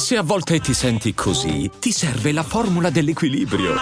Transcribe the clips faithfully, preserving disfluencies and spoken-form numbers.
Se a volte ti senti così, ti serve la formula dell'equilibrio.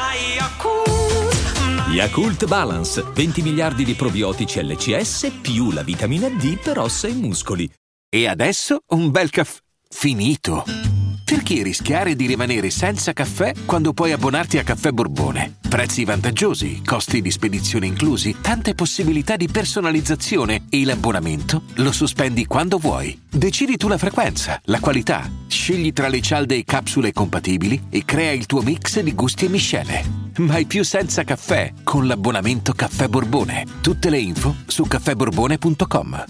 Yakult Balance, venti miliardi di probiotici L C S più la vitamina D per ossa e muscoli. E adesso un bel caffè finito. Perché rischiare di rimanere senza caffè quando puoi abbonarti a Caffè Borbone? Prezzi vantaggiosi, costi di spedizione inclusi, tante possibilità di personalizzazione e l'abbonamento lo sospendi quando vuoi. Decidi tu la frequenza, la qualità, scegli tra le cialde e capsule compatibili e crea il tuo mix di gusti e miscele. Mai più senza caffè con l'abbonamento Caffè Borbone. Tutte le info su caffè borbone punto com.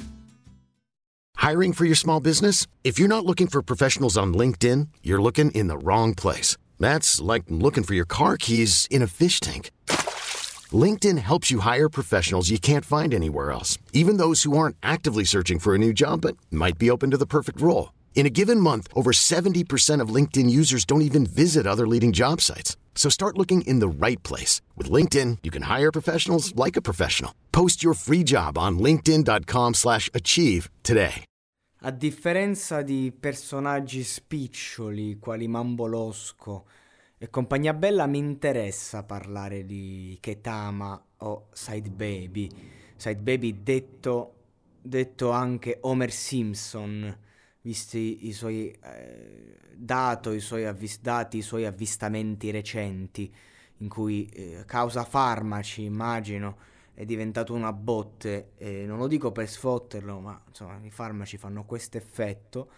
Hiring for your small business? If you're not looking for professionals on LinkedIn, you're looking in the wrong place. That's like looking for your car keys in a fish tank. LinkedIn helps you hire professionals you can't find anywhere else, even those who aren't actively searching for a new job but might be open to the perfect role. In a given month, over seventy percent of LinkedIn users don't even visit other leading job sites. So start looking in the right place. With LinkedIn, you can hire professionals like a professional. Post your free job on linkedin dot com slash achieve today. A differenza di personaggi spiccioli quali Mambolosco e compagnia bella, mi interessa parlare di Ketama o Side Baby. Side Baby detto, detto anche Homer Simpson, visti i suoi eh, dato, i suoi avvis- dati, i suoi avvistamenti recenti, in cui eh, causa farmaci, immagino, è diventato una botte, e non lo dico per sfotterlo, ma insomma i farmaci fanno questo effetto,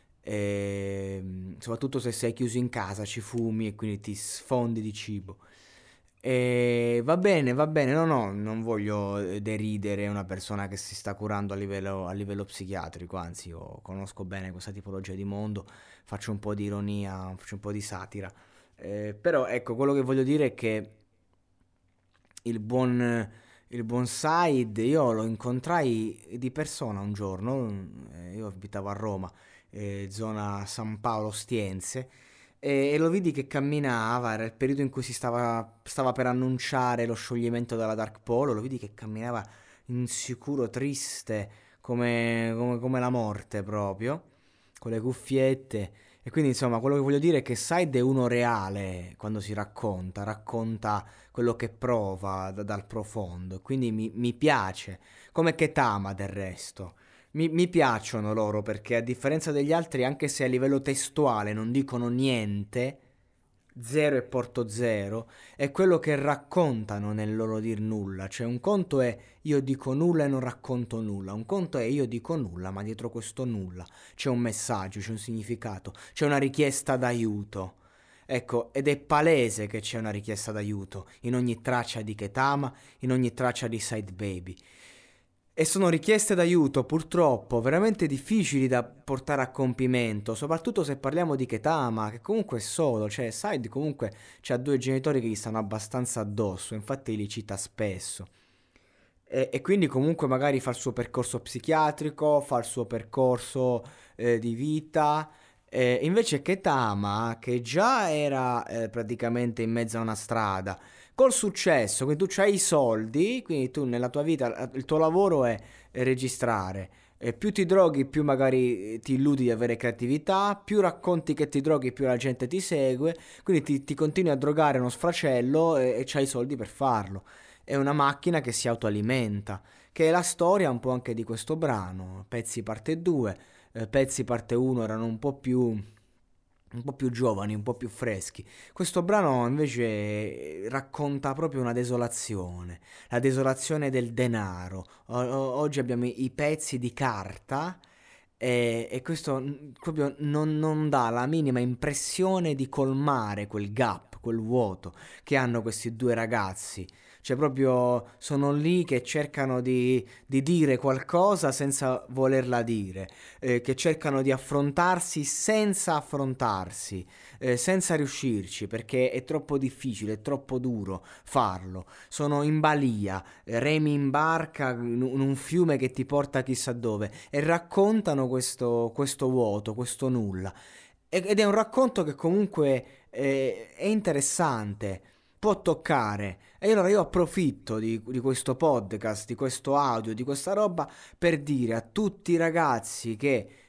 e, soprattutto se sei chiuso in casa, ci fumi e quindi ti sfondi di cibo. E va bene, va bene, no, no, non voglio deridere una persona che si sta curando a livello, a livello psichiatrico, anzi io conosco bene questa tipologia di mondo, faccio un po' di ironia, faccio un po' di satira, eh, però ecco, quello che voglio dire è che il buon... Il buon Said, io lo incontrai di persona un giorno, eh, io abitavo a Roma, eh, zona San Paolo Ostiense, e, e lo vidi che camminava, era il periodo in cui si stava, stava per annunciare lo scioglimento della Dark Polo, lo vidi che camminava insicuro, triste, come, come, come la morte proprio, con le cuffiette. E quindi insomma quello che voglio dire è che Said è uno reale quando si racconta, racconta quello che prova da, dal profondo, quindi mi, mi piace, come Ketama del resto, mi, mi piacciono loro perché a differenza degli altri, anche se a livello testuale non dicono niente, zero e porto zero, è quello che raccontano nel loro dir nulla. Cioè un conto è io dico nulla e non racconto nulla, un conto è io dico nulla ma dietro questo nulla c'è un messaggio, c'è un significato, c'è una richiesta d'aiuto. Ecco, ed è palese che c'è una richiesta d'aiuto in ogni traccia di Ketama, in ogni traccia di Side Baby. E sono richieste d'aiuto purtroppo veramente difficili da portare a compimento, soprattutto se parliamo di Ketama, che comunque è solo, cioè Side comunque c'ha due genitori che gli stanno abbastanza addosso, infatti li cita spesso. E, e quindi comunque magari fa il suo percorso psichiatrico, fa il suo percorso eh, di vita. Eh, invece Ketama, che già era eh, praticamente in mezzo a una strada, col successo, quindi tu c'hai i soldi, quindi tu nella tua vita, il tuo lavoro è registrare, e più ti droghi più magari ti illudi di avere creatività, più racconti che ti droghi più la gente ti segue, quindi ti, ti continui a drogare uno sfracello e, e c'hai i soldi per farlo. È una macchina che si autoalimenta, che è la storia un po' anche di questo brano. Pezzi parte due, eh, Pezzi parte uno erano un po' più... un po' più giovani, un po' più freschi. Questo brano invece racconta proprio una desolazione, la desolazione del denaro. O- o- oggi abbiamo i, i pezzi di carta e, e questo n- proprio non, non dà la minima impressione di colmare quel gap, quel vuoto che hanno questi due ragazzi. Cioè proprio sono lì che cercano di, di dire qualcosa senza volerla dire, eh, che cercano di affrontarsi senza affrontarsi, eh, senza riuscirci, perché è troppo difficile, è troppo duro farlo. Sono in balia, eh, remi in barca in un in un fiume che ti porta chissà dove e raccontano questo, questo vuoto, questo nulla. E- Ed è un racconto che comunque eh, è interessante, può toccare. E allora io approfitto di, di questo podcast, di questo audio, di questa roba per dire a tutti i ragazzi che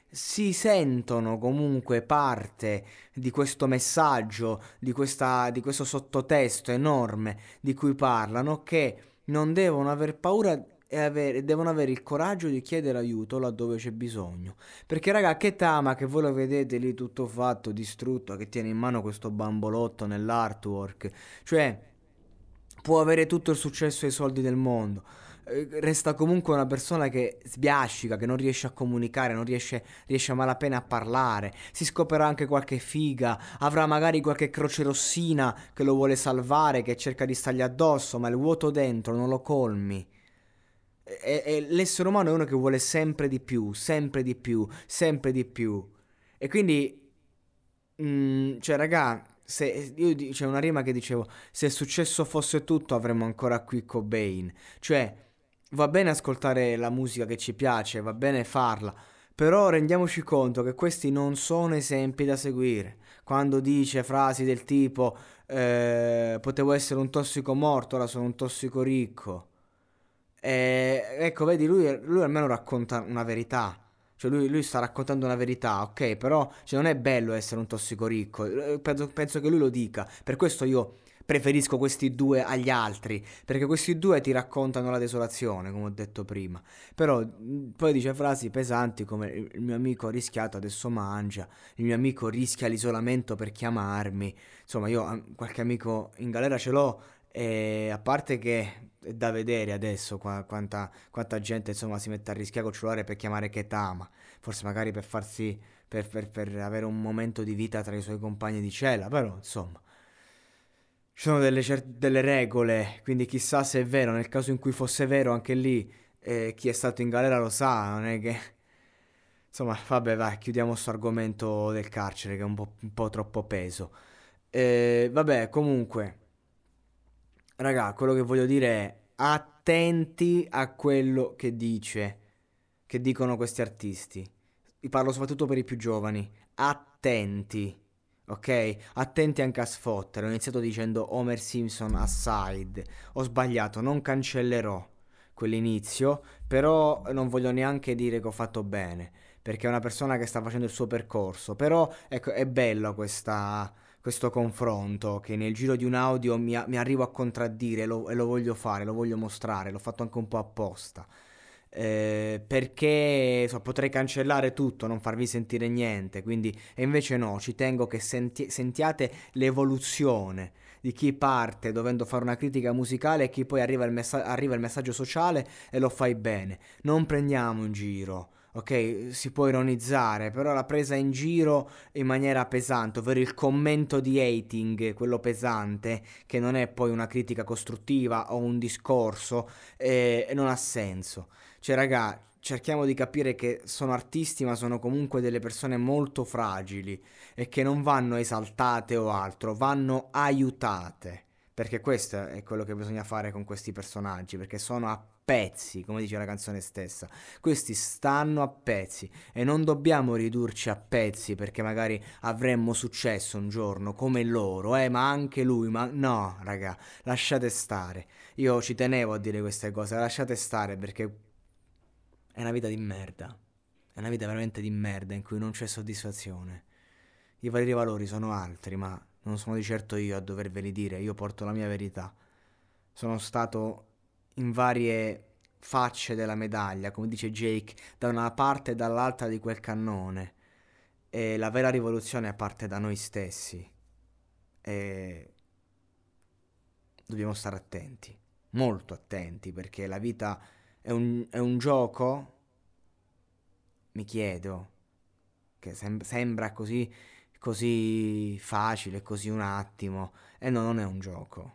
si sentono comunque parte di questo messaggio, di questa, di questo sottotesto enorme di cui parlano, che non devono aver paura e avere, devono avere il coraggio di chiedere aiuto laddove c'è bisogno. Perché raga, Ketama, che voi lo vedete lì tutto fatto, distrutto, che tiene in mano questo bambolotto nell'artwork, cioè può avere tutto il successo e i soldi del mondo, eh, resta comunque una persona che sbiascica, che non riesce a comunicare, non riesce, riesce a malapena a parlare, si scoprirà anche qualche figa, avrà magari qualche croce rossina che lo vuole salvare, che cerca di stargli addosso, ma il vuoto dentro non lo colmi. E, e l'essere umano è uno che vuole sempre di più, sempre di più, sempre di più. E quindi, mm, cioè, raga, se io di- c'è una rima che dicevo: se il successo fosse tutto, avremmo ancora qui Cobain. Cioè, va bene ascoltare la musica che ci piace, va bene farla, però rendiamoci conto che questi non sono esempi da seguire. Quando dice frasi del tipo eh, potevo essere un tossico morto, ora sono un tossico ricco. E, ecco, vedi, lui, lui almeno racconta una verità. Cioè, lui, lui sta raccontando una verità, ok? Però cioè, non è bello essere un tossico ricco. Eh, Penso, penso che lui lo dica. Per questo io preferisco questi due agli altri. Perché questi due ti raccontano la desolazione, come ho detto prima. Però mh, poi dice frasi pesanti come: il il mio amico ha rischiato, adesso mangia. Il mio amico rischia l'isolamento per chiamarmi. Insomma, io eh, qualche amico in galera ce l'ho. E a parte che è da vedere adesso qua- quanta, quanta gente insomma si mette a rischiare col cellulare per chiamare Ketama, forse magari per farsi per, per- per avere un momento di vita tra i suoi compagni di cella, però insomma ci sono delle, cer- delle regole, quindi chissà se è vero, nel caso in cui fosse vero anche lì eh, chi è stato in galera lo sa, non è che insomma vabbè vai, chiudiamo questo argomento del carcere che è un po', un po' troppo peso. Eh, vabbè, comunque raga, quello che voglio dire è attenti a quello che dice, che dicono questi artisti. Vi parlo soprattutto per i più giovani. Attenti, ok? Attenti anche a sfottere. Ho iniziato dicendo Homer Simpson aside. Ho sbagliato, non cancellerò quell'inizio, però non voglio neanche dire che ho fatto bene, perché è una persona che sta facendo il suo percorso. Però, ecco, è bella questa questo confronto che nel giro di un audio mi, mi arrivo a contraddire lo- e lo voglio fare, lo voglio mostrare, l'ho fatto anche un po' apposta. Eh, perché so, potrei cancellare tutto, non farvi sentire niente, quindi e invece no, ci tengo che senti- sentiate l'evoluzione di chi parte dovendo fare una critica musicale e chi poi arriva il, messa- arriva il messaggio sociale e lo fai bene. Non prendiamo in giro. Ok, si può ironizzare, però la presa in giro in maniera pesante, ovvero il commento di hating, quello pesante, che non è poi una critica costruttiva o un discorso, eh, non ha senso. Cioè, raga, cerchiamo di capire che sono artisti, ma sono comunque delle persone molto fragili e che non vanno esaltate o altro, vanno aiutate. Perché questo è quello che bisogna fare con questi personaggi, perché sono a pezzi, come dice la canzone stessa. Questi stanno a pezzi e non dobbiamo ridurci a pezzi perché magari avremmo successo un giorno come loro, eh, ma anche lui, ma no, raga, lasciate stare. Io ci tenevo a dire queste cose, lasciate stare perché è una vita di merda. È una vita veramente di merda in cui non c'è soddisfazione. I veri valori sono altri, ma non sono di certo io a doverveli dire, io porto la mia verità. Sono stato in varie facce della medaglia, come dice Jake, da una parte e dall'altra di quel cannone. E la vera rivoluzione parte da noi stessi. E dobbiamo stare attenti, molto attenti, perché la vita è un, è un gioco, mi chiedo, che sem- sembra così, così facile, così un attimo, e no, non è un gioco.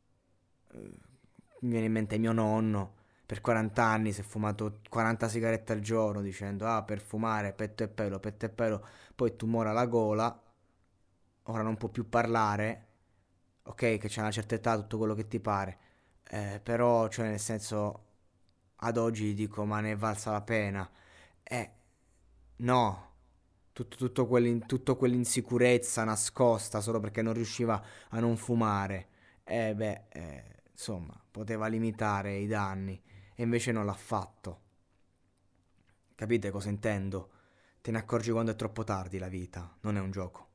Mi viene in mente mio nonno, per quaranta anni si è fumato quaranta sigarette al giorno dicendo ah per fumare petto e pelo, petto e pelo, poi tumore alla gola, ora non può più parlare, ok che c'è una certa età, tutto quello che ti pare, eh, però cioè nel senso ad oggi dico ma ne è valsa la pena, eh no, tutto, tutto, quell'in- tutto quell'insicurezza nascosta solo perché non riusciva a non fumare. E beh, eh, insomma, poteva limitare i danni e invece non l'ha fatto. Capite cosa intendo? Te ne accorgi quando è troppo tardi, la vita non è un gioco.